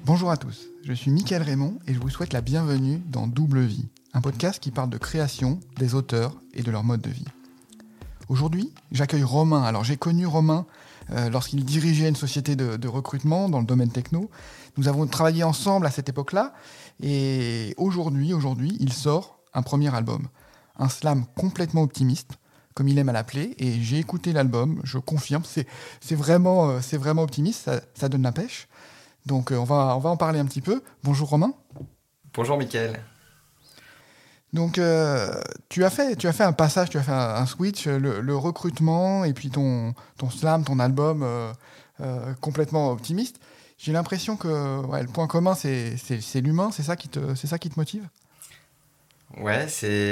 Bonjour à tous, je suis Mickaël Raymond et je vous souhaite la bienvenue dans Double Vie, un podcast qui parle de création, des auteurs et de leur mode de vie. Aujourd'hui, j'accueille Romain. Alors j'ai connu Romain lorsqu'il dirigeait une société de recrutement dans le domaine techno. Nous avons travaillé ensemble à cette époque-là et aujourd'hui, il sort un premier album, un slam complètement optimiste, comme il aime à l'appeler, et j'ai écouté l'album, je confirme, c'est vraiment optimiste, ça donne la pêche. Donc on va en parler un petit peu. Bonjour Romain. Bonjour Mickaël. Donc tu as fait un passage, tu as fait un switch, le recrutement et puis ton slam, ton album complètement optimiste. J'ai l'impression que le point commun c'est l'humain, c'est ça qui te motive. Ouais,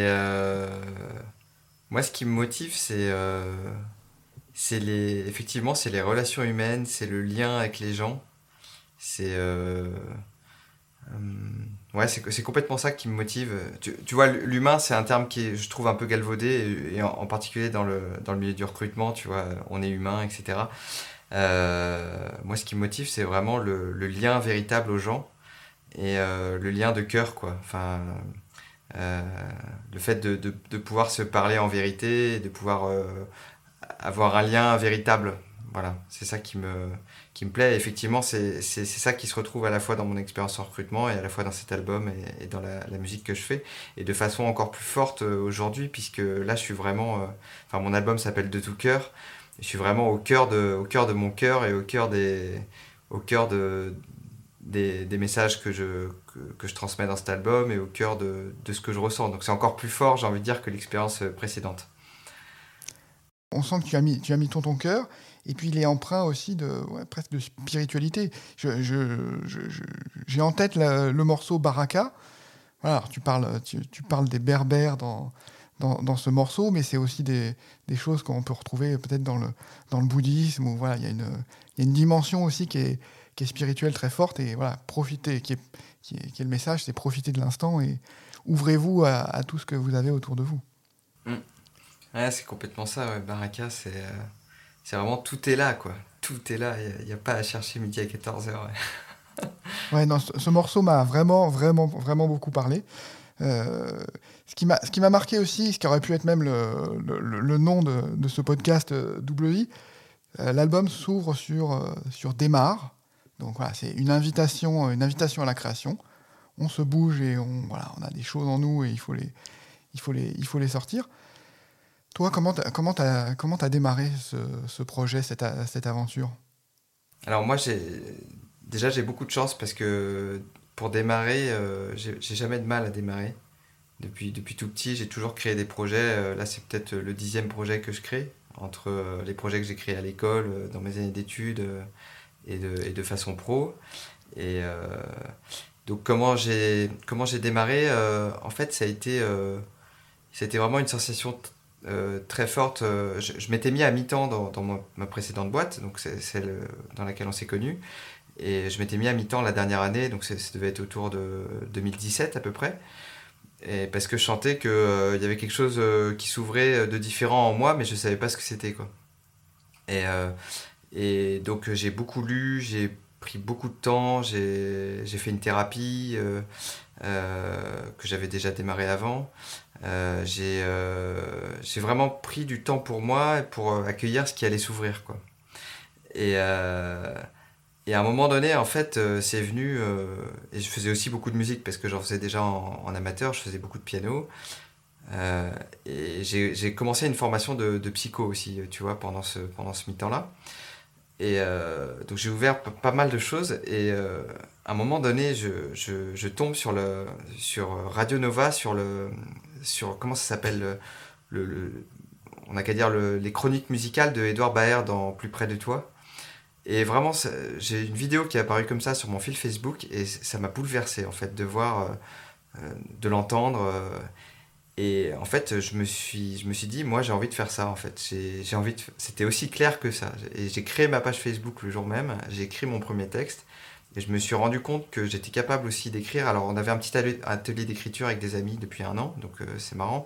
moi ce qui me motive effectivement c'est les relations humaines, c'est le lien avec les gens. C'est c'est complètement ça qui me motive. Tu vois, l'humain, c'est un terme qui est, je trouve, un peu galvaudé, et en particulier dans le milieu du recrutement, tu vois, on est humain, etc. Moi, ce qui me motive, c'est vraiment le lien véritable aux gens et le lien de cœur, quoi. Enfin, le fait de pouvoir se parler en vérité, et de pouvoir avoir un lien véritable. Voilà, c'est ça qui me plaît. Et effectivement, c'est ça qui se retrouve à la fois dans mon expérience en recrutement et à la fois dans cet album et dans la musique que je fais. Et de façon encore plus forte aujourd'hui, puisque là, je suis vraiment... mon album s'appelle De tout cœur. Je suis vraiment au cœur de mon cœur et au cœur des messages que je transmets dans cet album et au cœur de ce que je ressens. Donc c'est encore plus fort, j'ai envie de dire, que l'expérience précédente. On sent que tu as mis ton cœur, et puis il est empreint aussi presque de spiritualité. J'ai en tête le morceau Baraka. Voilà, alors tu parles des berbères dans ce morceau, mais c'est aussi des choses qu'on peut retrouver peut-être dans le bouddhisme, où voilà, il y a une dimension aussi qui est spirituelle très forte, et voilà, profitez, qui est le message, c'est profiter de l'instant et ouvrez-vous à tout ce que vous avez autour de vous. Mm. Ouais, c'est complètement ça, ouais. Baraka, c'est vraiment tout est là, quoi. Tout est là, il n'y a pas à chercher midi à 14h. Ouais. Ouais, non, ce morceau m'a vraiment, vraiment, vraiment beaucoup parlé. Ce qui m'a marqué aussi, ce qui aurait pu être même le nom de ce podcast Double Vie, l'album s'ouvre sur Démarre. Donc voilà, c'est une invitation à la création. On se bouge et on a des choses en nous et il faut les sortir. Toi, comment t'as démarré ce projet, cette aventure? Alors moi, j'ai beaucoup de chance parce que pour démarrer, j'ai jamais de mal à démarrer. Depuis tout petit, j'ai toujours créé des projets. Là, c'est peut-être le 10e projet que je crée, entre les projets que j'ai créés à l'école, dans mes années d'études et de façon pro. Et donc comment j'ai démarré, en fait, ça a été vraiment une sensation très forte. Je m'étais mis à mi-temps dans ma précédente boîte, donc c'est celle dans laquelle on s'est connus. Et je m'étais mis à mi-temps la dernière année, donc ça devait être autour de 2017 à peu près. Et parce que je sentais qu'il y avait quelque chose qui s'ouvrait de différent en moi, mais je savais pas ce que c'était, quoi. Et, euh, et donc j'ai beaucoup lu, j'ai pris beaucoup de temps, j'ai fait une thérapie que j'avais déjà démarré avant. J'ai vraiment pris du temps pour moi pour accueillir ce qui allait s'ouvrir, quoi. Et, euh, et à un moment donné, en fait, c'est venu. Et je faisais aussi beaucoup de musique parce que j'en faisais déjà en amateur, je faisais beaucoup de piano. Euh, et j'ai commencé une formation de psycho aussi, tu vois, pendant ce mi-temps-là. Et donc j'ai ouvert pas mal de choses. Et à un moment donné, je tombe sur Radio Nova, sur comment ça s'appelle, le, le- on n'a qu'à dire les chroniques musicales de Édouard Baer dans Plus près de toi. Et vraiment, j'ai une vidéo qui est apparue comme ça sur mon fil Facebook et ça m'a bouleversé en fait de voir, de l'entendre. Et en fait, je me suis dit, moi j'ai envie de faire ça en fait. C'était aussi clair que ça. Et j'ai créé ma page Facebook le jour même, j'ai écrit mon premier texte et je me suis rendu compte que j'étais capable aussi d'écrire. Alors on avait un petit atelier d'écriture avec des amis depuis un an, donc c'est marrant.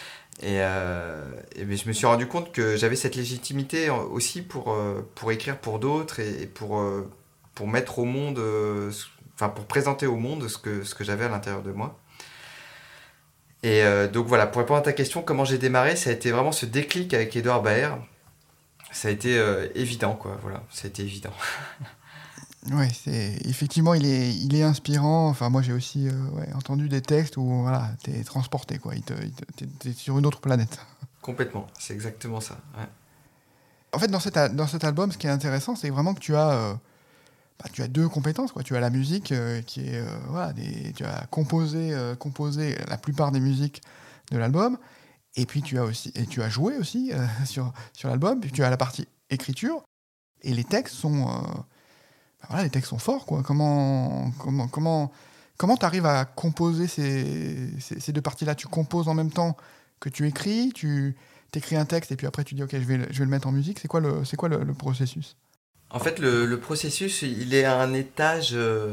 Mais je me suis rendu compte que j'avais cette légitimité aussi pour écrire pour d'autres et pour mettre au monde pour présenter au monde ce que j'avais à l'intérieur de moi. Et donc voilà, pour répondre à ta question, comment j'ai démarré, ça a été vraiment ce déclic avec Édouard Baer. Ça a été évident, quoi. Voilà, ça a été évident. Ouais, effectivement, il est inspirant. Enfin, moi, j'ai aussi entendu des textes où voilà, t'es transporté, quoi. T'es sur une autre planète. Complètement, c'est exactement ça. Ouais. En fait, dans cet album, ce qui est intéressant, c'est vraiment que tu as deux compétences, quoi. Tu as la musique qui est voilà, tu as composé la plupart des musiques de l'album, et puis tu as joué aussi sur l'album. Puis tu as la partie écriture, et les textes sont voilà, les textes sont forts, quoi. Comment t'arrives à composer ces deux parties-là? Tu composes en même temps que tu écris, tu t'écris un texte et puis après tu dis ok, je vais le mettre en musique. C'est quoi le processus? En fait, le processus, il est à un étage,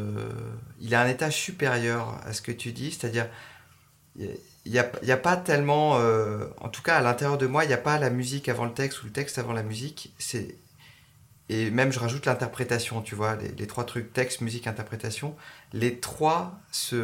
supérieur à ce que tu dis, c'est-à-dire, il y a pas tellement, en tout cas à l'intérieur de moi, il n'y a pas la musique avant le texte ou le texte avant la musique. Et même je rajoute l'interprétation, tu vois, les trois trucs, texte, musique, interprétation, les trois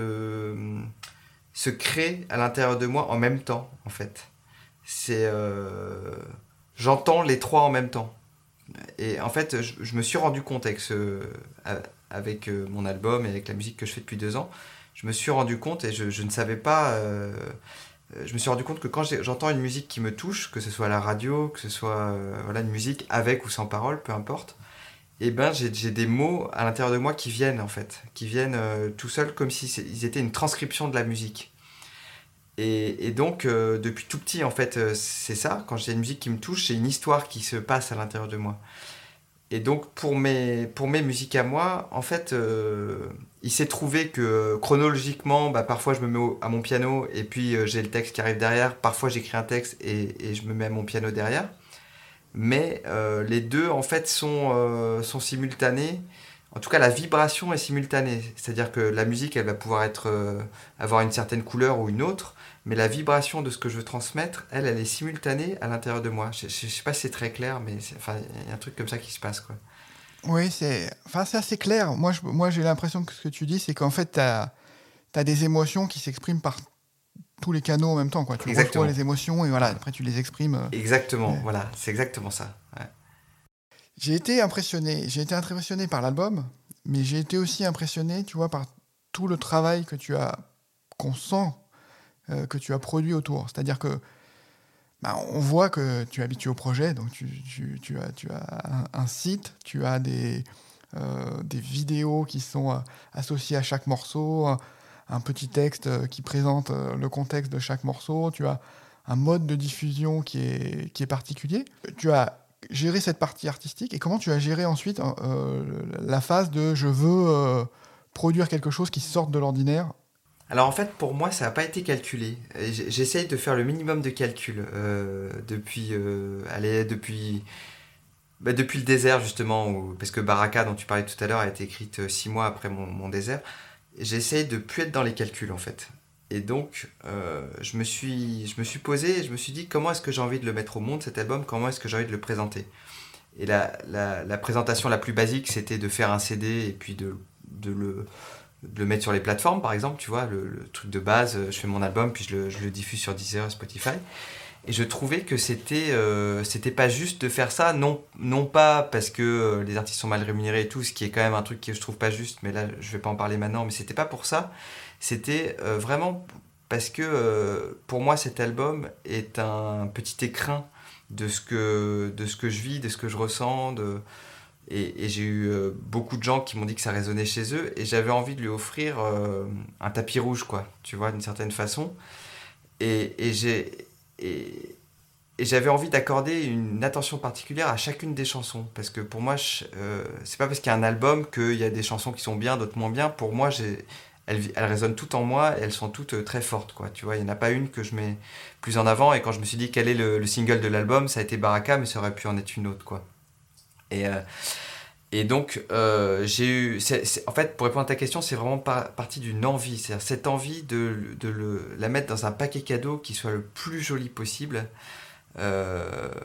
se créent à l'intérieur de moi en même temps, en fait. C'est, j'entends les trois en même temps. Et en fait, je me suis rendu compte avec mon album et avec la musique que je fais depuis 2 ans, je me suis rendu compte et je ne savais pas. Je me suis rendu compte que quand j'entends une musique qui me touche, que ce soit à la radio, que ce soit voilà, une musique avec ou sans parole, peu importe, et ben j'ai des mots à l'intérieur de moi qui viennent en fait, qui viennent tout seuls comme si ils étaient une transcription de la musique. Et donc, depuis tout petit, en fait, c'est ça. Quand j'ai une musique qui me touche, c'est une histoire qui se passe à l'intérieur de moi. Et donc, pour mes musiques à moi, en fait, il s'est trouvé que chronologiquement, bah, parfois je me mets à mon piano et puis j'ai le texte qui arrive derrière. Parfois j'écris un texte et je me mets à mon piano derrière. Mais les deux, en fait, sont simultanés. En tout cas, la vibration est simultanée. C'est-à-dire que la musique, elle va pouvoir avoir une certaine couleur ou une autre, mais la vibration de ce que je veux transmettre, elle est simultanée à l'intérieur de moi. Je sais pas si c'est très clair, mais enfin, il y a un truc comme ça qui se passe, quoi. Oui, c'est assez clair. Moi, j'ai l'impression que ce que tu dis, c'est qu'en fait, tu as des émotions qui s'expriment par tous les canaux en même temps, quoi. Tu reçois Exactement. les émotions et voilà, après tu les exprimes. Exactement, voilà, c'est exactement ça. Ouais. J'ai été impressionné par l'album, mais j'ai été aussi impressionné, tu vois, par tout le travail qu'on sent que tu as produit autour. C'est-à-dire que bah, on voit que tu es habitué au projet, donc tu as un site, tu as des vidéos qui sont associées à chaque morceau, un petit texte qui présente le contexte de chaque morceau, tu as un mode de diffusion qui est particulier. Tu as géré cette partie artistique et comment tu as géré ensuite la phase de je veux produire quelque chose qui sorte de l'ordinaire. Alors en fait, pour moi, ça n'a pas été calculé. J'essaye de faire le minimum de calcul depuis le désert justement, parce que Baraka, dont tu parlais tout à l'heure, a été écrite 6 mois après mon désert. J'essaye de plus être dans les calculs en fait. Et donc, je me suis posé et je me suis dit comment est-ce que j'ai envie de le mettre au monde cet album, comment est-ce que j'ai envie de le présenter. Et la présentation la plus basique, c'était de faire un CD et puis de le mettre sur les plateformes, par exemple, tu vois, le truc de base, je fais mon album, puis je le diffuse sur Deezer, Spotify. Et je trouvais que c'était pas juste de faire ça, non pas parce que les artistes sont mal rémunérés et tout, ce qui est quand même un truc que je trouve pas juste, mais là, je vais pas en parler maintenant, mais c'était pas pour ça. C'était vraiment parce que pour moi, cet album est un petit écrin de ce que je vis, de ce que je ressens, et j'ai eu beaucoup de gens qui m'ont dit que ça résonnait chez eux, et j'avais envie de lui offrir un tapis rouge, quoi, tu vois, d'une certaine façon. Et et, et j'avais envie d'accorder une attention particulière à chacune des chansons. Parce que pour moi, c'est pas parce qu'il y a un album qu'il y a des chansons qui sont bien, d'autres moins bien. Pour moi, elles résonnent toutes en moi et elles sont toutes très fortes, quoi. Tu vois, il n'y en a pas une que je mets plus en avant. Et quand je me suis dit quel est le single de l'album, ça a été Baraka, mais ça aurait pu en être une autre, quoi. Et, euh, et donc, j'ai eu. En fait, pour répondre à ta question, c'est vraiment partie d'une envie. C'est-à-dire cette envie la mettre dans un paquet cadeau qui soit le plus joli possible. euh,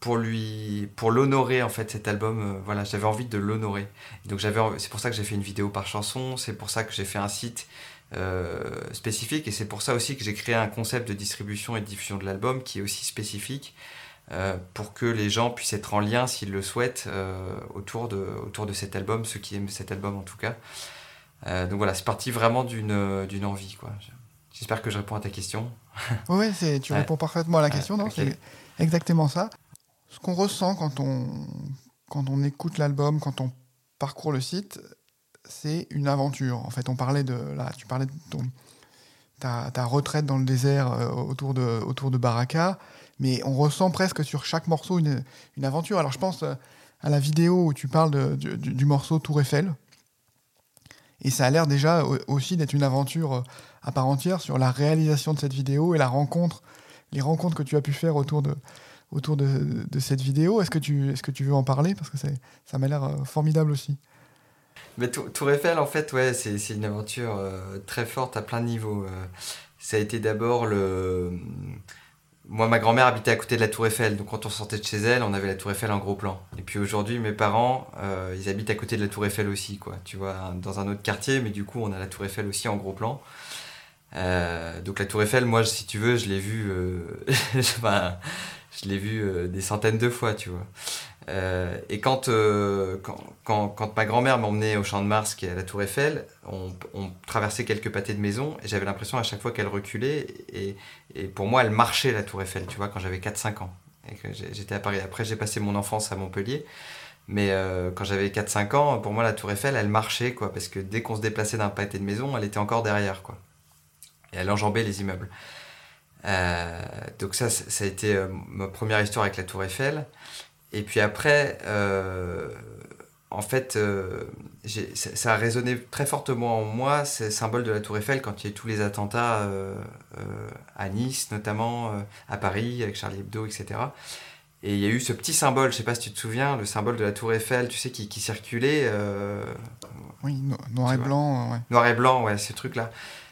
pour l'honorer en fait cet album, voilà, j'avais envie de l'honorer. Et donc c'est pour ça que j'ai fait une vidéo par chanson, c'est pour ça que j'ai fait un site spécifique, et c'est pour ça aussi que j'ai créé un concept de distribution et de diffusion de l'album qui est aussi spécifique, pour que les gens puissent être en lien s'ils le souhaitent autour de cet album, ceux qui aiment cet album en tout cas. Donc voilà, c'est parti vraiment d'une envie, quoi. J'espère que je réponds à ta question. Oui, tu réponds parfaitement à la question, non? Okay. C'est exactement ça. Ce qu'on ressent quand on écoute l'album, quand on parcourt le site, c'est une aventure. En fait, tu parlais de ta retraite dans le désert autour de Baraka, mais on ressent presque sur chaque morceau une aventure. Alors je pense à la vidéo où tu parles du morceau Tour Eiffel, et ça a l'air déjà aussi d'être une aventure à part entière sur la réalisation de cette vidéo et les rencontres que tu as pu faire autour de cette vidéo. Est-ce que tu veux en parler? Parce que ça m'a l'air formidable aussi. Mais Tour Eiffel, en fait, ouais, c'est une aventure très forte à plein de niveaux. Ça a été d'abord Moi, ma grand-mère habitait à côté de la Tour Eiffel, donc quand on sortait de chez elle, on avait la Tour Eiffel en gros plan. Et puis aujourd'hui, mes parents, ils habitent à côté de la Tour Eiffel aussi, quoi. Tu vois, dans un autre quartier, mais du coup, on a la Tour Eiffel aussi en gros plan. Donc la Tour Eiffel, moi, si tu veux, je l'ai vue, enfin, je l'ai vue des centaines de fois, tu vois. Et quand ma grand-mère m'emmenait au Champ de Mars, qui est à la Tour Eiffel, on traversait quelques pâtés de maison, et j'avais l'impression à chaque fois qu'elle reculait, et pour moi, elle marchait la Tour Eiffel, tu vois, quand j'avais 4-5 ans. Et que j'étais à Paris. Après, j'ai passé mon enfance à Montpellier, mais quand j'avais 4-5 ans, pour moi, la Tour Eiffel, elle marchait, quoi, parce que dès qu'on se déplaçait d'un pâté de maison, elle était encore derrière, quoi. Et elle enjambait les immeubles. Donc ça a été ma première histoire avec la Tour Eiffel. Et puis après, en fait, ça a résonné très fortement en moi, ce symbole de la Tour Eiffel, quand il y a eu tous les attentats à Nice, notamment à Paris, avec Charlie Hebdo, etc. Et il y a eu ce petit symbole, je ne sais pas si tu te souviens, le symbole de la Tour Eiffel, tu sais, qui circulait. Oui, noir et blanc. Ouais. Noir et blanc, ouais, ce truc-là.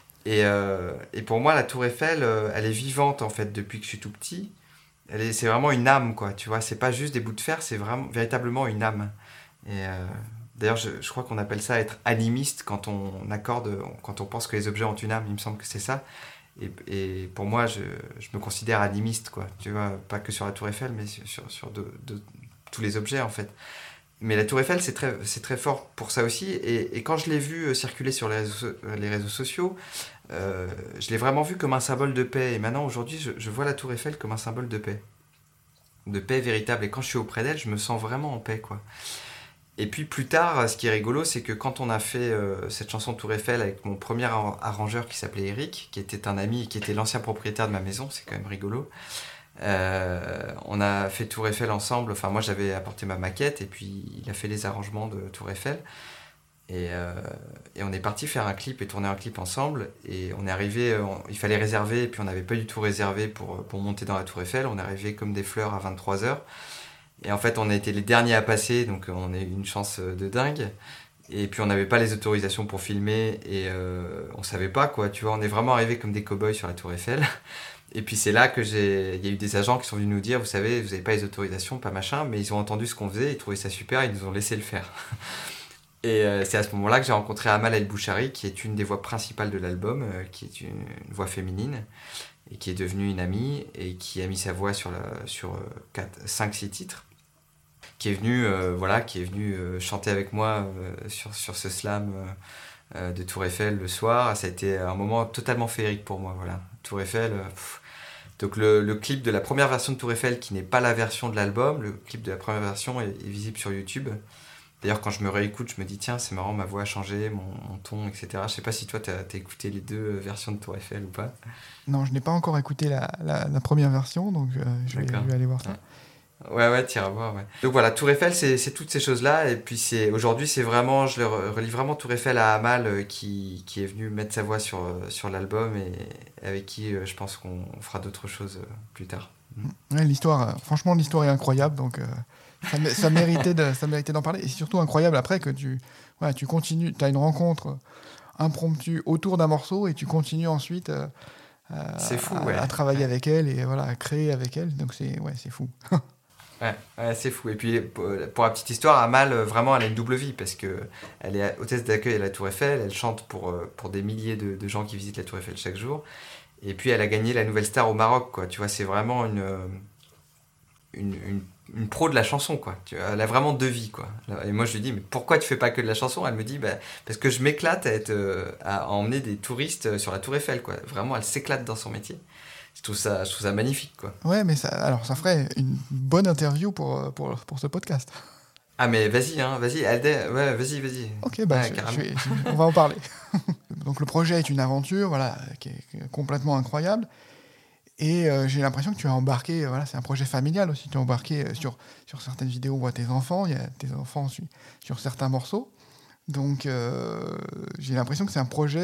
Et pour moi, la Tour Eiffel, elle est vivante, en fait, depuis que je suis tout petit. C'est vraiment une âme, quoi, tu vois. C'est pas juste des bouts de fer, c'est vraiment véritablement une âme. Et d'ailleurs, je crois qu'on appelle ça être animiste quand quand on pense que les objets ont une âme. Il me semble que c'est ça. Et pour moi, je me considère animiste, quoi. Tu vois, pas que sur la Tour Eiffel, mais sur tous les objets, en fait. Mais la Tour Eiffel, c'est très fort pour ça aussi. Et quand je l'ai vu circuler sur les réseaux sociaux, je l'ai vraiment vu comme un symbole de paix. Et maintenant, aujourd'hui, je vois la Tour Eiffel comme un symbole de paix véritable. Et quand je suis auprès d'elle, je me sens vraiment en paix, quoi. Et puis plus tard, ce qui est rigolo, c'est que quand on a fait cette chanson Tour Eiffel avec mon premier arrangeur qui s'appelait Eric, qui était un ami et qui était l'ancien propriétaire de ma maison, c'est quand même rigolo. On a fait Tour Eiffel ensemble. Enfin, moi j'avais apporté ma maquette et puis il a fait les arrangements de Tour Eiffel. Et on est parti faire un clip et tourner un clip ensemble. Et on est arrivé, il fallait réserver, et puis on n'avait pas du tout réservé pour monter dans la Tour Eiffel. On est arrivé comme des fleurs à 23h. Et en fait, on a été les derniers à passer, donc on a eu une chance de dingue. Et puis on n'avait pas les autorisations pour filmer et on savait pas, quoi. Tu vois, on est vraiment arrivé comme des cow-boys sur la Tour Eiffel. Et puis c'est là il y a eu des agents qui sont venus nous dire, vous savez, vous n'avez pas les autorisations, pas machin, mais ils ont entendu ce qu'on faisait, ils trouvaient ça super, ils nous ont laissé le faire. Et c'est à ce moment-là que j'ai rencontré Amal El-Bouchari, qui est une des voix principales de l'album, qui est une voix féminine, et qui est devenue une amie, et qui a mis sa voix sur 5-6 titres, qui est venue chanter avec moi sur ce slam de Tour Eiffel le soir. Ça a été un moment totalement féerique pour moi, voilà. Tour Eiffel... Donc le clip de la première version de Tour Eiffel, qui n'est pas la version de l'album, le clip de la première version est visible sur YouTube. D'ailleurs, quand je me réécoute, je me dis, tiens, c'est marrant, ma voix a changé, mon ton, etc. Je sais pas si toi, t'as écouté les deux versions de Tour Eiffel ou pas. Non, je n'ai pas encore écouté la première version, donc je vais aller voir ça. Ouais, t'iras voir, ouais. Donc voilà, Tour Eiffel, c'est toutes ces choses-là. Et puis aujourd'hui, c'est vraiment, je le relie vraiment Tour Eiffel à Amal, qui est venu mettre sa voix sur l'album, et avec qui je pense qu'on fera d'autres choses plus tard. Ouais, franchement, l'histoire est incroyable, donc ça méritait d'en parler. Et c'est surtout incroyable après que tu continues, tu as une rencontre impromptue autour d'un morceau et tu continues ensuite c'est fou, à travailler avec elle et voilà, à créer avec elle. Donc c'est fou. Ouais, c'est fou. Et puis, pour la petite histoire, Amal, vraiment, elle a une double vie parce que elle est hôtesse d'accueil à la Tour Eiffel. Elle chante pour des milliers de gens qui visitent la Tour Eiffel chaque jour. Et puis, elle a gagné la Nouvelle Star au Maroc, quoi. Tu vois, c'est vraiment une, une, une pro de la chanson, quoi. Tu vois, elle a vraiment deux vies, quoi. Et moi, je lui dis, mais pourquoi tu fais pas que de la chanson? Elle me dit, bah, parce que je m'éclate à emmener des touristes sur la Tour Eiffel, quoi. Vraiment, elle s'éclate dans son métier. Je trouve ça magnifique, quoi. Ouais, mais ça ferait une bonne interview pour ce podcast. Ah, mais vas-y, hein, vas-y, Alde, ouais, vas-y. Ok, Ouais, carrément. on va en parler. Donc le projet est une aventure, voilà, qui est complètement incroyable. Et j'ai l'impression que tu as embarqué, voilà, c'est un projet familial aussi. Tu as embarqué sur certaines vidéos, on voit tes enfants, il y a tes enfants sur certains morceaux. Donc j'ai l'impression que c'est un projet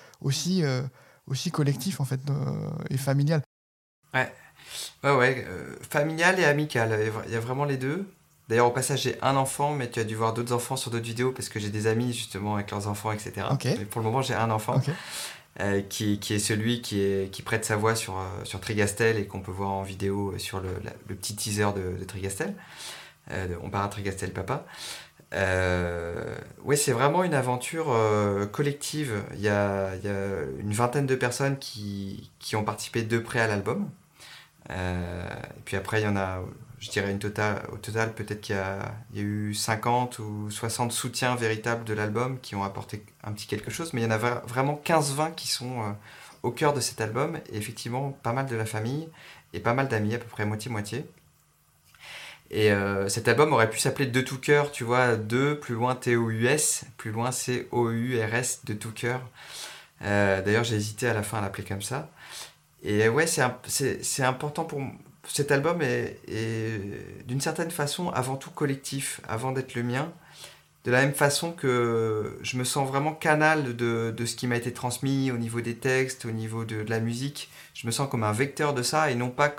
aussi collectif en fait et familial. Ouais, ouais, familial et amical. Il y a vraiment les deux. D'ailleurs, au passage, j'ai un enfant, mais tu as dû voir d'autres enfants sur d'autres vidéos parce que j'ai des amis justement avec leurs enfants, etc. Ok, Mais pour le moment, j'ai un enfant ok. qui est celui qui prête sa voix sur Trigastel et qu'on peut voir en vidéo sur le petit teaser de Trigastel. On part à Trigastel Papa. Ouais, c'est vraiment une aventure collective. Il y a une vingtaine de personnes qui ont participé de près à l'album. Et puis après, il y en a, je dirais, au total, peut-être qu'il y a eu 50 ou 60 soutiens véritables de l'album qui ont apporté un petit quelque chose. Mais il y en a vraiment 15-20 qui sont au cœur de cet album. Et effectivement, pas mal de la famille et pas mal d'amis, à peu près moitié-moitié. Et cet album aurait pu s'appeler De tout cœur, tu vois, de, plus loin T-O-U-S, plus loin C-O-U-R-S, De tout cœur. D'ailleurs, j'ai hésité à la fin à l'appeler comme ça. Et ouais, c'est important pour moi. Cet album est d'une certaine façon avant tout collectif, avant d'être le mien. De la même façon que je me sens vraiment canal de ce qui m'a été transmis au niveau des textes, au niveau de la musique. Je me sens comme un vecteur de ça et non pas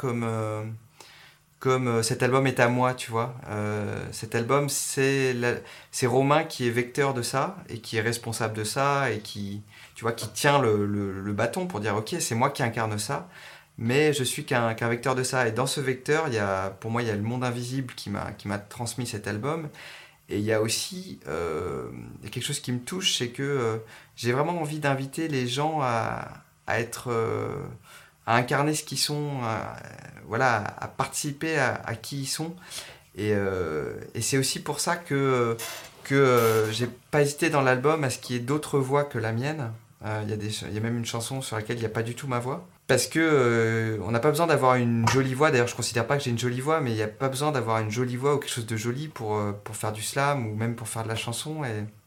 comme cet album est à moi, tu vois. Cet album, c'est Romain qui est vecteur de ça et qui est responsable de ça et tu vois, qui tient le bâton pour dire ok, c'est moi qui incarne ça, mais je suis qu'un vecteur de ça. Et dans ce vecteur, pour moi, il y a le monde invisible qui m'a transmis cet album. Et il y a aussi il y a quelque chose qui me touche, c'est que j'ai vraiment envie d'inviter les gens à être à incarner ce qu'ils sont, voilà, à participer à qui ils sont. Et c'est aussi pour ça que j'ai pas hésité dans l'album à ce qu'il y ait d'autres voix que la mienne. Il y a même une chanson sur laquelle il n'y a pas du tout ma voix. Parce que on n'a pas besoin d'avoir une jolie voix. D'ailleurs, je considère pas que j'ai une jolie voix, mais il n'y a pas besoin d'avoir une jolie voix ou quelque chose de joli pour faire du slam ou même pour faire de la chanson.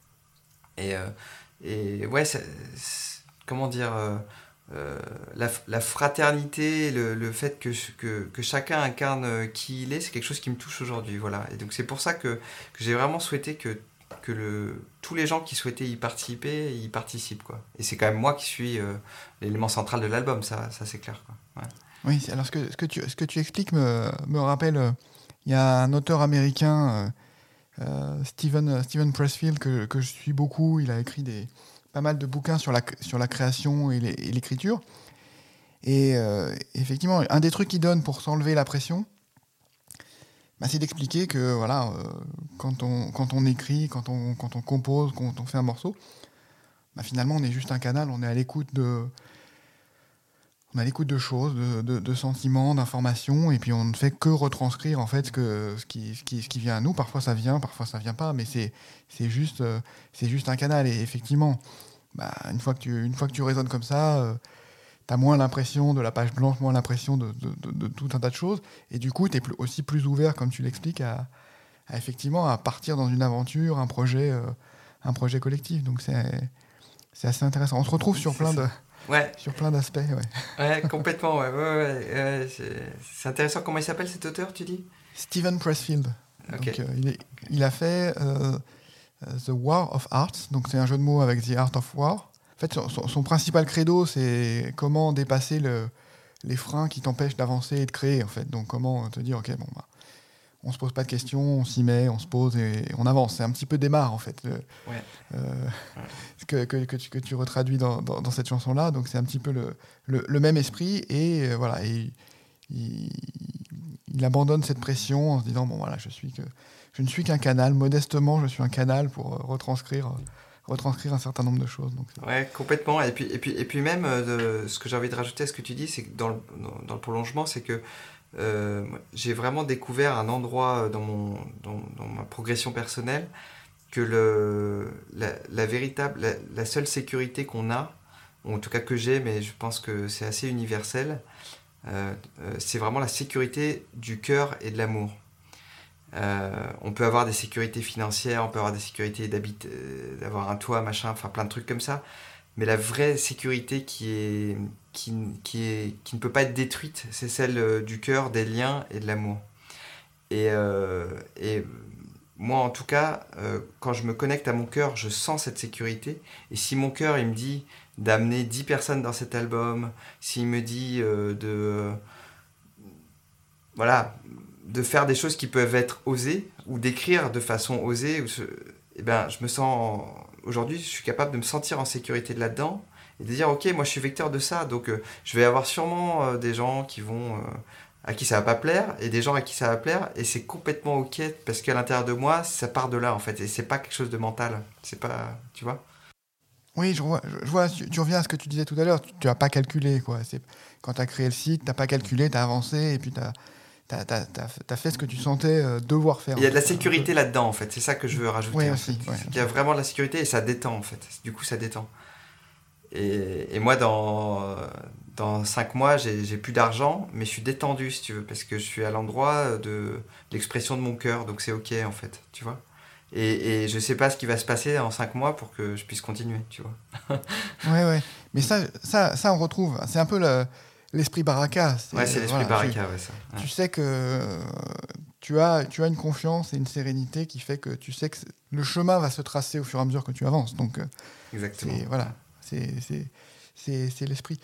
Et ouais, comment dire, la fraternité, le fait que chacun incarne qui il est, c'est quelque chose qui me touche aujourd'hui. Voilà. Et donc c'est pour ça que j'ai vraiment souhaité que tous les gens qui souhaitaient y participer, y participent, quoi. Et c'est quand même moi qui suis l'élément central de l'album, ça c'est clair, quoi. Ouais. Oui, alors ce que tu expliques me rappelle, il y a un auteur américain, Steven Pressfield, que je suis beaucoup. Il a écrit pas mal de bouquins sur la création et l'écriture. Et effectivement, un des trucs qu'il donne pour s'enlever la pression, bah, c'est d'expliquer que voilà, quand on écrit, quand on compose, quand on fait un morceau, bah, finalement on est juste un canal, on est à l'écoute de choses, de sentiments, d'informations, et puis on ne fait que retranscrire en fait ce qui vient à nous. Parfois ça vient pas, mais c'est juste un canal. Et effectivement, bah, une fois que tu raisonnes comme ça, t'as moins l'impression de la page blanche, moins l'impression de tout un tas de choses, et du coup t'es aussi plus ouvert, comme tu l'expliques, effectivement à partir dans une aventure, un projet collectif. Donc c'est assez intéressant. On se retrouve sur C'est ça. Ouais, sur plein d'aspects. Ouais. ouais, complètement, ouais, c'est intéressant. Comment il s'appelle cet auteur, tu dis? Steven Pressfield. Ok. Donc, il a fait The War of Arts, donc c'est un jeu de mots avec The Art of War. En fait, son principal credo, c'est comment dépasser les freins qui t'empêchent d'avancer et de créer, en fait. Donc comment te dire, ok, bon, bah, on se pose pas de questions, on s'y met, on se pose et on avance. C'est un petit peu démarre, en fait, Ouais. que tu retraduis dans cette chanson-là. Donc c'est un petit peu le même esprit. Et voilà, et il il abandonne cette pression en se disant bon voilà, je ne suis qu'un canal, modestement je suis un canal pour retranscrire un certain nombre de choses. Donc, ouais, complètement. Et puis même, ce que j'ai envie de rajouter à ce que tu dis, c'est que dans le prolongement, c'est que j'ai vraiment découvert un endroit dans ma progression personnelle que la seule sécurité qu'on a, ou en tout cas que j'ai, mais je pense que c'est assez universel, c'est vraiment la sécurité du cœur et de l'amour. On peut avoir des sécurités financières, on peut avoir des sécurités d'avoir un toit, machin, enfin plein de trucs comme ça. Mais la vraie sécurité qui ne peut pas être détruite, c'est celle du cœur, des liens et de l'amour. Et moi, en tout cas, quand je me connecte à mon cœur, je sens cette sécurité. Et si mon cœur, il me dit d'amener 10 personnes dans cet album, s'il me dit voilà, de faire des choses qui peuvent être osées, ou d'écrire de façon osée, eh ben, je me sens... Aujourd'hui, je suis capable de me sentir en sécurité de là-dedans, et de dire, ok, moi je suis vecteur de ça, donc je vais avoir sûrement des gens à qui ça va pas plaire, et des gens à qui ça va plaire, et c'est complètement ok, parce qu'à l'intérieur de moi, ça part de là, en fait, et c'est pas quelque chose de mental, c'est pas... Tu vois ? oui, je vois, tu reviens à ce que tu disais tout à l'heure, tu n'as pas calculé, quoi. Quand tu as créé le site, tu n'as pas calculé, tu as avancé, et puis t'as fait ce que tu sentais devoir faire. Il y a de la sécurité là-dedans, en fait. C'est ça que je veux rajouter. Oui, en aussi. fait. Ouais. Il y a vraiment de la sécurité et ça détend, en fait. Du coup, ça détend. Et moi, dans 5 mois, j'ai plus d'argent, mais je suis détendu, si tu veux, parce que je suis à l'endroit de l'expression de mon cœur. Donc, c'est OK, en fait. Tu vois ? Et je sais pas ce qui va se passer en 5 mois pour que je puisse continuer, tu vois. Ouais. Mais ça, on retrouve. C'est un peu l'esprit baraka. Ouais, c'est l'esprit baraka, ouais, ça. Ouais. Tu sais que tu as une confiance et une sérénité qui fait que tu sais que le chemin va se tracer au fur et à mesure que tu avances. Donc, exactement. C'est l'esprit.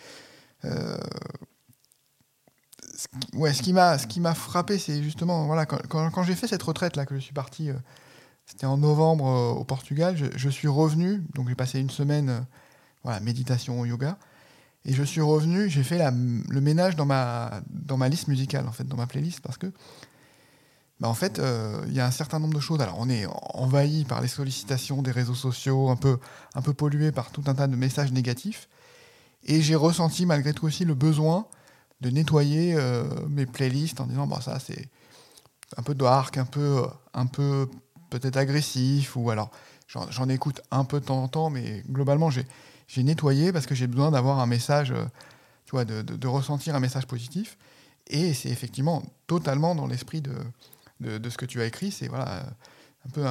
Ce qui m'a frappé, c'est justement voilà, quand j'ai fait cette retraite là que je suis parti, c'était en novembre au Portugal. Je suis revenu, donc j'ai passé une semaine, méditation, yoga. Et je suis revenu, j'ai fait le ménage dans ma liste musicale, en fait, dans ma playlist, parce que, en fait, il y a un certain nombre de choses. Alors, on est envahi par les sollicitations des réseaux sociaux, un peu pollué par tout un tas de messages négatifs. Et j'ai ressenti, malgré tout aussi, le besoin de nettoyer mes playlists en disant, ça, c'est un peu dark, un peu peut-être agressif, ou alors, j'en écoute un peu de temps en temps, mais globalement, j'ai nettoyé parce que j'ai besoin d'avoir un message, tu vois, de ressentir un message positif. Et c'est effectivement totalement dans l'esprit de ce que tu as écrit. C'est voilà, un peu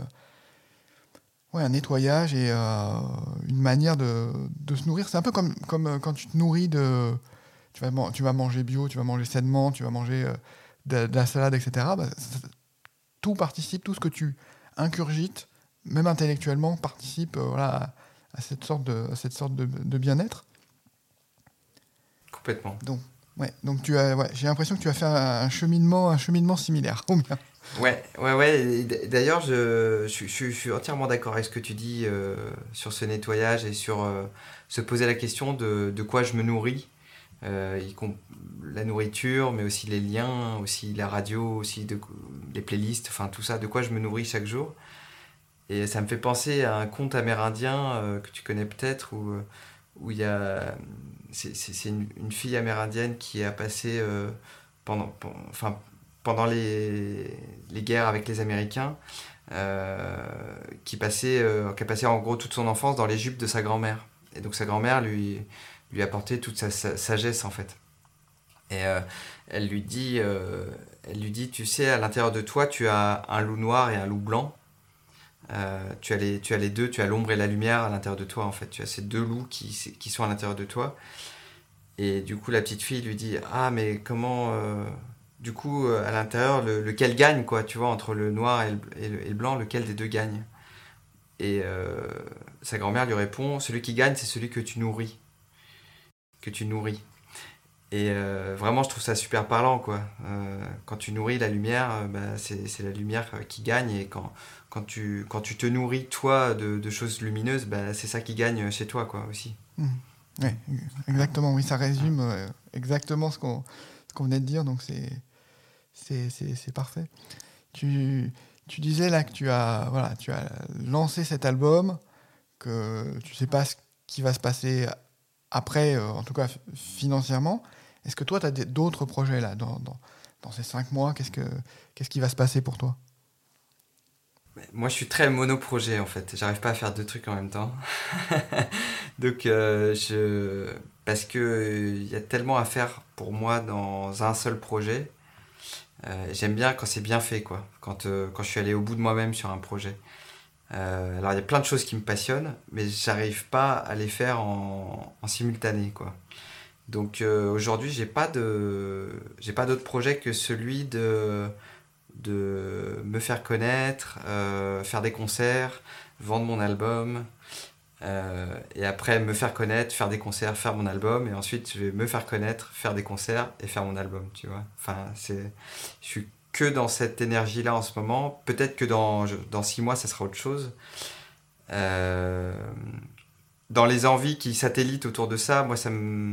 un nettoyage et une manière de se nourrir. C'est un peu comme quand tu te nourris tu vas manger bio, tu vas manger sainement, tu vas manger de la salade, etc. Tout participe, tout ce que tu ingurgites, même intellectuellement, participe à cette sorte de bien-être. Complètement. Donc j'ai l'impression que tu as fait un cheminement similaire. Ouais. Et d'ailleurs, je suis entièrement d'accord avec ce que tu dis sur ce nettoyage et sur se poser la question de quoi je me nourris. La nourriture, mais aussi les liens, aussi la radio, aussi les playlists, enfin tout ça, de quoi je me nourris chaque jour. Et ça me fait penser à un conte amérindien que tu connais peut-être, où il y a... C'est une fille amérindienne qui a passé pendant les guerres avec les Américains, qui a passé en gros toute son enfance dans les jupes de sa grand-mère. Et donc sa grand-mère lui apportait toute sa sagesse en fait. Et elle lui dit, tu sais, à l'intérieur de toi, tu as un loup noir et un loup blanc. Tu as les deux, tu as l'ombre et la lumière à l'intérieur de toi en fait. Tu as ces deux loups qui sont à l'intérieur de toi. Et du coup, la petite fille lui dit, ah mais comment, du coup, à l'intérieur, lequel gagne quoi, tu vois, entre le noir et le blanc, lequel des deux gagne? Et sa grand-mère lui répond, celui qui gagne, c'est celui que tu nourris. Et vraiment, je trouve ça super parlant, quoi. Quand tu nourris la lumière, c'est la lumière qui gagne. Et quand tu te nourris, toi, de choses lumineuses, c'est ça qui gagne chez toi, quoi, aussi. Oui, exactement. Oui, ça résume exactement ce qu'on venait de dire. Donc, c'est parfait. Tu disais là que tu as lancé cet album, que tu ne sais pas ce qui va se passer après, en tout cas financièrement. Est-ce que toi, tu as d'autres projets là, dans ces 5 mois? Qu'est-ce qui va se passer pour toi? Moi, je suis très monoprojet en fait. J'arrive pas à faire deux trucs en même temps. Donc, parce que il y a tellement à faire pour moi dans un seul projet. J'aime bien quand c'est bien fait, quoi. Quand je suis allé au bout de moi-même sur un projet. Alors, il y a plein de choses qui me passionnent, mais j'arrive pas à les faire en simultané, quoi. Donc, aujourd'hui, j'ai pas d'autre projet que celui de me faire connaître, faire des concerts, vendre mon album, et après me faire connaître, faire des concerts, faire mon album, et ensuite je vais me faire connaître, faire des concerts et faire mon album, tu vois. Enfin, je suis que dans cette énergie-là en ce moment. Peut-être que dans 6 mois, ça sera autre chose. Euh, Dans les envies qui satellitent autour de ça, moi,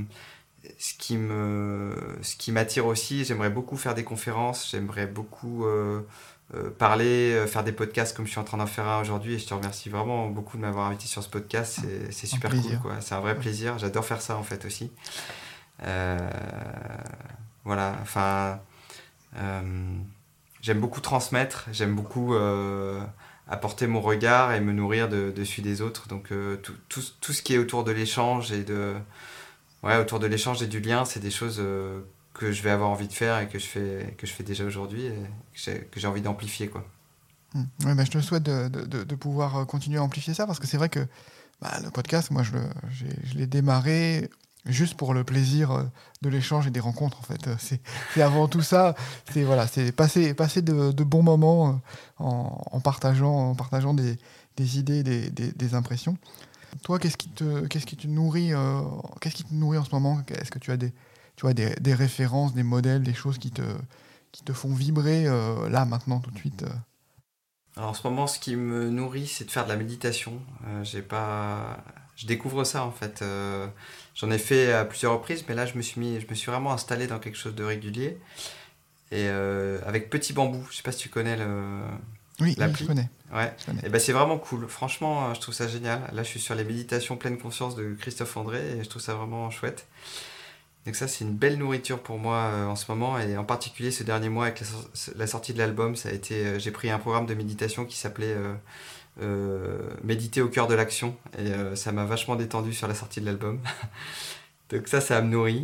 ce qui m'attire aussi, j'aimerais beaucoup faire des conférences, j'aimerais beaucoup parler, faire des podcasts comme je suis en train d'en faire un aujourd'hui, et je te remercie vraiment beaucoup de m'avoir invité sur ce podcast, c'est Un super cool, plaisir. quoi. C'est un vrai plaisir, j'adore faire ça en fait aussi. Euh, voilà, enfin, euh, j'aime beaucoup transmettre, j'aime beaucoup apporter mon regard et me nourrir de celui des autres, donc tout ce qui est autour de l'échange ouais, autour de l'échange et du lien, c'est des choses que je vais avoir envie de faire et que je fais déjà aujourd'hui et que j'ai envie d'amplifier, quoi. Ouais, bah, je te souhaite de pouvoir continuer à amplifier ça, parce que c'est vrai que le podcast, moi, je l'ai démarré juste pour le plaisir de l'échange et des rencontres, en fait. C'est avant tout ça. C'est passer de bons moments en partageant des idées, des impressions. Toi, qu'est-ce qui te nourrit, qu'est-ce qui te nourrit en ce moment? Est-ce que tu vois, des références, des modèles, des choses qui te font vibrer là, maintenant, tout de suite? Alors en ce moment, ce qui me nourrit, c'est de faire de la méditation. Je découvre ça en fait. J'en ai fait à plusieurs reprises, mais là, je me suis vraiment installé dans quelque chose de régulier et avec Petit Bambou. Je sais pas si tu connais Oui, oui, je l'appli. connais. Ouais. Je connais. Et ben c'est vraiment cool. Franchement, je trouve ça génial. Là, je suis sur les méditations pleine conscience de Christophe André et je trouve ça vraiment chouette. Donc ça, c'est une belle nourriture pour moi en ce moment, et en particulier ce dernier mois avec la sortie de l'album, ça a été, j'ai pris un programme de méditation qui s'appelait Méditer au cœur de l'action, et ça m'a vachement détendu sur la sortie de l'album. Donc ça me nourrit.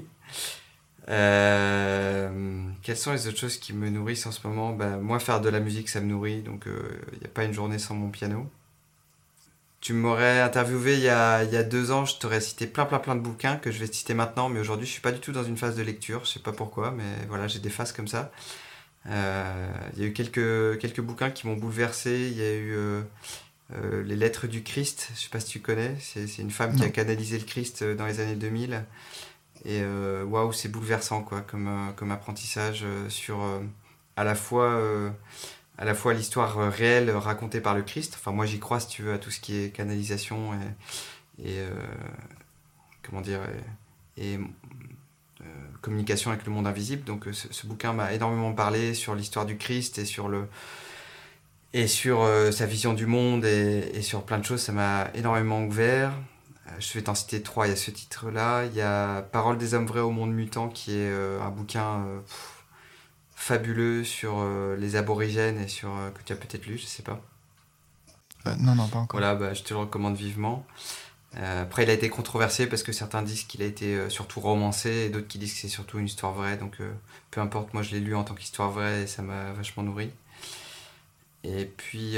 Quelles sont les autres choses qui me nourrissent en ce moment? Ben, moi, faire de la musique, ça me nourrit, donc il n'y a pas une journée sans mon piano. Tu m'aurais interviewé il y a 2 ans, je t'aurais cité plein de bouquins que je vais te citer maintenant, mais aujourd'hui je suis pas du tout dans une phase de lecture, je sais pas pourquoi, mais voilà, j'ai des phases comme ça. Il y a eu quelques bouquins qui m'ont bouleversé, il y a eu Les Lettres du Christ, je sais pas si tu connais, c'est une femme qui a Non. canalisé le Christ dans les années 2000, et waouh, c'est bouleversant quoi, comme apprentissage sur à la fois à la fois l'histoire réelle racontée par le Christ. Enfin, moi, j'y crois, si tu veux, à tout ce qui est canalisation et comment dire, et communication avec le monde invisible. Donc, ce bouquin m'a énormément parlé sur l'histoire du Christ et sur sa vision du monde et sur plein de choses. Ça m'a énormément ouvert. Je vais t'en citer 3. Il y a ce titre-là. Il y a Paroles des hommes vrais au monde mutant, qui est un bouquin fabuleux sur les aborigènes et sur que tu as peut-être lu, je sais pas. Non, non, pas encore. Voilà, bah, je te le recommande vivement. Après, il a été controversé parce que certains disent qu'il a été surtout romancé et d'autres qui disent que c'est surtout une histoire vraie. Donc, peu importe, moi je l'ai lu en tant qu'histoire vraie et ça m'a vachement nourri. Et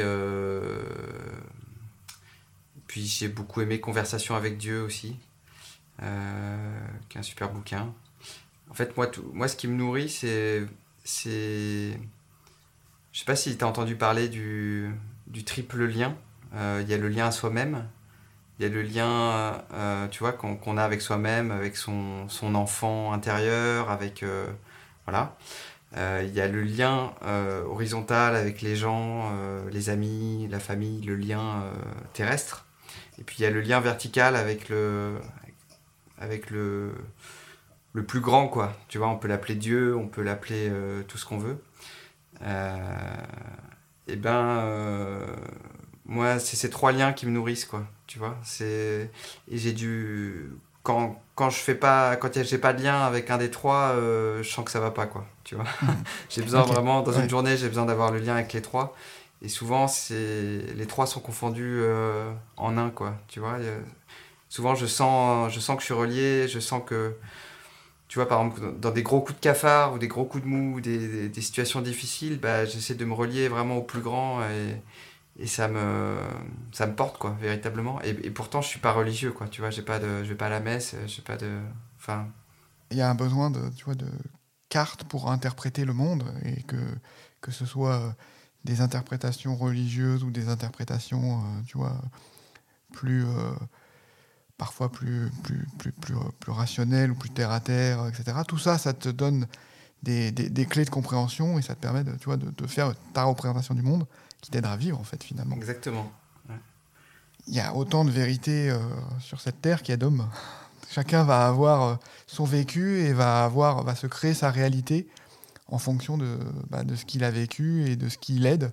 puis j'ai beaucoup aimé Conversation avec Dieu aussi, qui est un super bouquin. En fait, moi ce qui me nourrit, c'est je sais pas si tu as entendu parler du triple lien. Il y a le lien à soi-même, il y a le lien tu vois, qu'on a avec soi-même, avec son enfant intérieur, avec... voilà. Il y a le lien horizontal avec les gens, les amis, la famille, le lien terrestre. Et puis il y a le lien vertical avec le plus grand, quoi. Tu vois, on peut l'appeler Dieu, on peut l'appeler tout ce qu'on veut. et moi, c'est ces 3 liens qui me nourrissent, quoi. Tu vois, et j'ai dû. Quand j'ai pas de lien avec un des 3, je sens que ça va pas, quoi. Tu vois, j'ai besoin Ok, vraiment, dans une ouais. journée, j'ai besoin d'avoir le lien avec les 3. Et souvent, les 3 sont confondus en un, quoi. Tu vois, souvent, je sens que je suis relié, je sens que. Tu vois, par exemple, dans des gros coups de cafard ou des gros coups de mou, ou des situations difficiles, bah, j'essaie de me relier vraiment au plus grand et ça me porte, quoi, véritablement. Et pourtant, je suis pas religieux, quoi. Tu vois, je vais pas à la messe, j'ai pas de. Enfin, Il y a un besoin tu vois, de cartes pour interpréter le monde et que ce soit des interprétations religieuses ou des interprétations, tu vois, plus parfois plus rationnelles ou plus terre à terre, etc. Tout ça, ça te donne des clés de compréhension et ça te permet tu vois, de faire ta représentation du monde qui t'aide à vivre en fait finalement. exactement. Ouais. Il y a autant de vérités sur cette terre qu'il y a d'hommes. Chacun va avoir son vécu et va se créer sa réalité en fonction de ce qu'il a vécu et de ce qui l'aide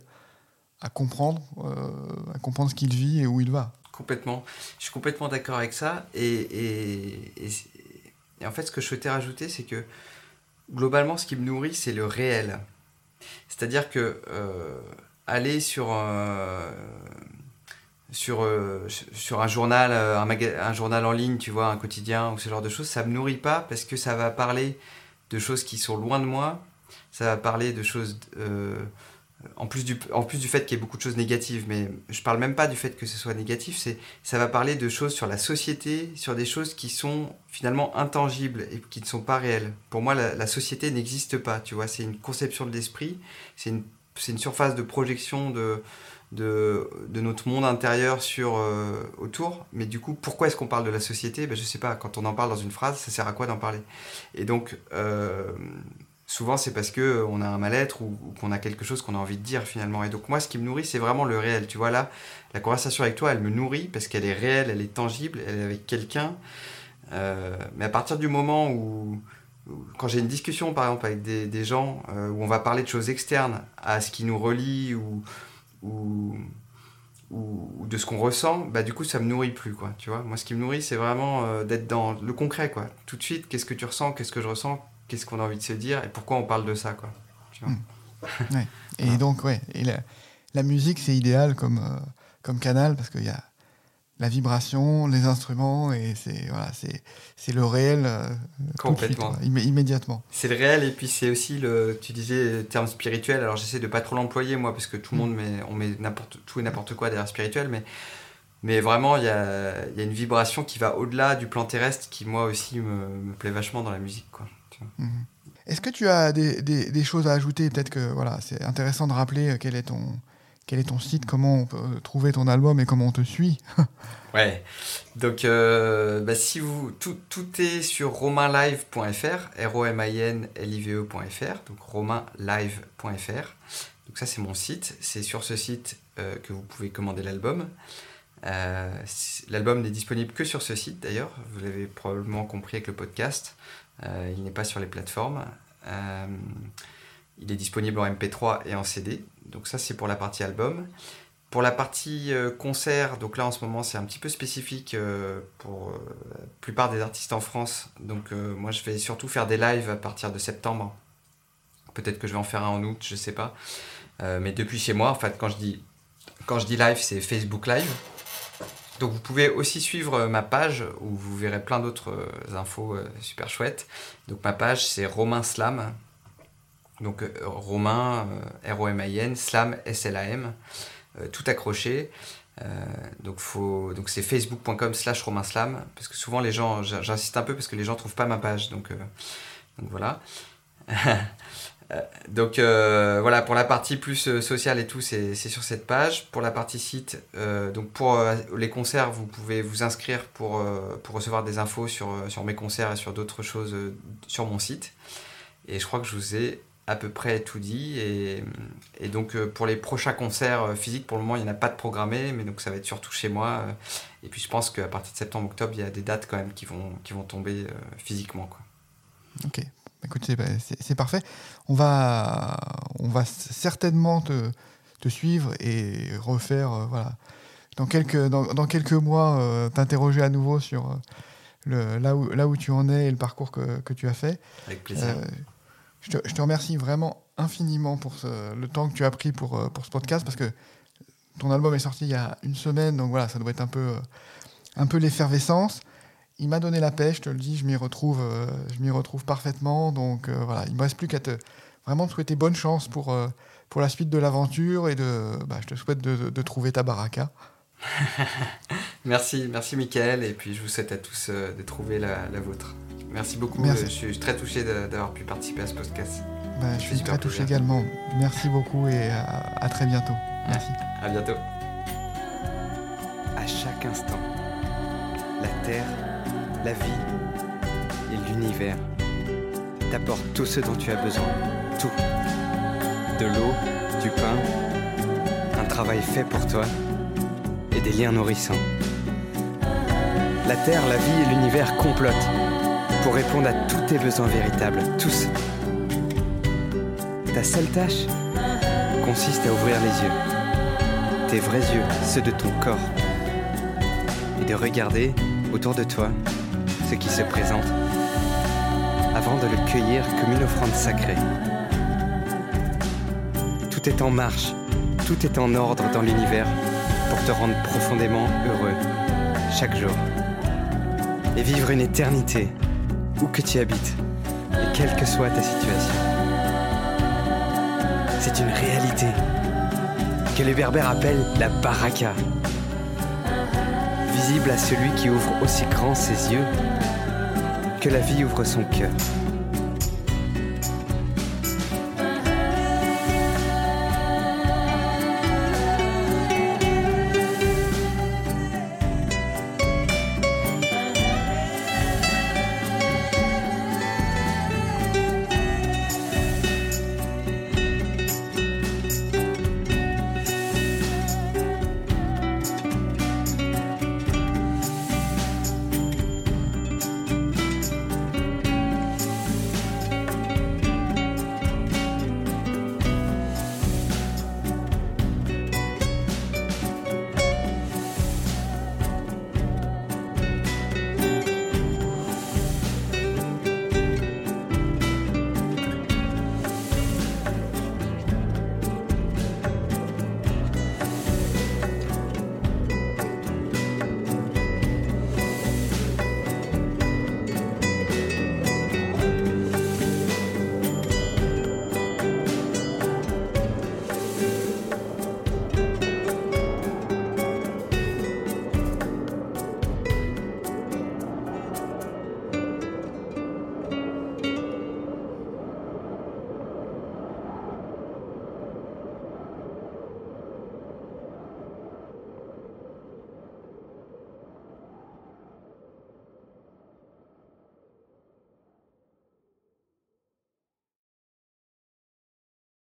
à comprendre ce qu'il vit et où il va. Complètement. Je suis complètement d'accord avec ça. Et en fait, ce que je souhaitais rajouter, c'est que globalement, ce qui me nourrit, c'est le réel. C'est-à-dire que aller sur un journal, un journal en ligne, tu vois, un quotidien ou ce genre de choses, ça me nourrit pas parce que ça va parler de choses qui sont loin de moi. Ça va parler de choses en plus du fait qu'il y ait beaucoup de choses négatives, mais je parle même pas du fait que ce soit négatif, ça va parler de choses sur la société, sur des choses qui sont finalement intangibles et qui ne sont pas réelles. Pour moi, la société n'existe pas, tu vois, c'est une conception de l'esprit, c'est une surface de projection de notre monde intérieur autour, mais du coup, pourquoi est-ce qu'on parle de la société? Je sais pas, quand on en parle dans une phrase, ça sert à quoi d'en parler? Et donc, souvent c'est parce qu'on a un mal-être ou qu'on a quelque chose qu'on a envie de dire finalement. Et donc moi, ce qui me nourrit, c'est vraiment le réel. Tu vois, là, la conversation avec toi, elle me nourrit parce qu'elle est réelle, elle est tangible, elle est avec quelqu'un. Mais à partir du moment quand j'ai une discussion par exemple avec des gens où on va parler de choses externes à ce qui nous relie ou, ou de ce qu'on ressent, du coup ça me nourrit plus, quoi. Tu vois, moi ce qui me nourrit, c'est vraiment d'être dans le concret, quoi. Tout de suite, qu'est-ce que tu ressens, qu'est-ce que je ressens, qu'est-ce qu'on a envie de se dire et pourquoi on parle de ça, quoi. Tu vois. Hmm. Ouais. Et Voilà. donc, ouais, la musique, c'est idéal comme canal parce qu'il y a la vibration, les instruments, et c'est le réel tout de suite, quoi, Complètement. immédiatement. C'est le réel et puis c'est aussi tu disais, le terme spirituel. Alors j'essaie de pas trop l'employer, moi, parce que tout le Mm. monde on met tout et n'importe quoi derrière spirituel, mais vraiment il y a une vibration qui va au-delà du plan terrestre qui moi aussi me plaît vachement dans la musique, quoi. Tu vois. Mhm. Est-ce que tu as des choses à ajouter? Peut-être que voilà, c'est intéressant de rappeler quel est ton site, comment on peut trouver ton album et comment on te suit. Ouais. Donc si tout est sur romainlive.fr, rominlive.fr, donc romainlive.fr. Donc ça c'est mon site, c'est sur ce site que vous pouvez commander l'album. L'album n'est disponible que sur ce site d'ailleurs, vous l'avez probablement compris avec le podcast. Il n'est pas sur les plateformes. Il est disponible en MP3 et en CD. Donc ça c'est pour la partie album. Pour la partie concert, donc là en ce moment c'est un petit peu spécifique pour la plupart des artistes en France. Donc moi je vais surtout faire des lives à partir de septembre. Peut-être que je vais en faire un en août, je sais pas. Mais depuis chez moi, en fait, quand je dis live, c'est Facebook Live. Donc vous pouvez aussi suivre ma page où vous verrez plein d'autres infos super chouettes. Donc ma page c'est Romain Slam. Donc Romain, R-O-M-I-N, Slam, S-L-A-M, tout accroché. Donc c'est facebook.com/romain_slam parce que souvent les gens, j'insiste un peu parce que les gens trouvent pas ma page. Donc voilà. Donc voilà, pour la partie plus sociale et tout, c'est sur cette page. Pour la partie site, donc pour les concerts, vous pouvez vous inscrire pour recevoir des infos sur mes concerts et sur d'autres choses sur mon site. Et je crois que je vous ai à peu près tout dit. Et donc pour les prochains concerts physiques, pour le moment, il n'y en a pas de programmé, mais donc ça va être surtout chez moi. Et puis je pense qu'à partir de septembre-octobre, il y a des dates quand même qui vont tomber physiquement, quoi. Ok. Écoute, c'est parfait. On va certainement te suivre et refaire, dans quelques mois, t'interroger à nouveau sur là où tu en es et le parcours que tu as fait. Avec plaisir. Je te remercie vraiment infiniment pour le temps que tu as pris pour ce podcast, parce que ton album est sorti il y a une semaine, donc voilà, ça doit être un peu l'effervescence. Il m'a donné la pêche, je te le dis, je m'y retrouve parfaitement. Donc voilà, il ne me reste plus qu'à vraiment te souhaiter bonne chance pour la suite de l'aventure, et je te souhaite de trouver ta baraka. Merci Mickaël, et puis je vous souhaite à tous de trouver la vôtre. Merci beaucoup. Merci. Je suis très touché d'avoir pu participer à ce podcast. Je suis très touché également. Merci beaucoup, et à très bientôt. Merci. À bientôt. À chaque instant, la Terre, la vie et l'univers t'apportent tout ce dont tu as besoin. Tout. De l'eau, du pain, un travail fait pour toi et des liens nourrissants. La Terre, la vie et l'univers complotent pour répondre à tous tes besoins véritables, tous. Ta seule tâche consiste à ouvrir les yeux, tes vrais yeux, ceux de ton corps, et de regarder autour de toi ce qui se présente avant de le cueillir comme une offrande sacrée. Tout est en marche, tout est en ordre dans l'univers pour te rendre profondément heureux chaque jour et vivre une éternité où que tu habites et quelle que soit ta situation. C'est une réalité que les Berbères appellent la baraka, visible à celui qui ouvre aussi grand ses yeux que la vie ouvre son cœur.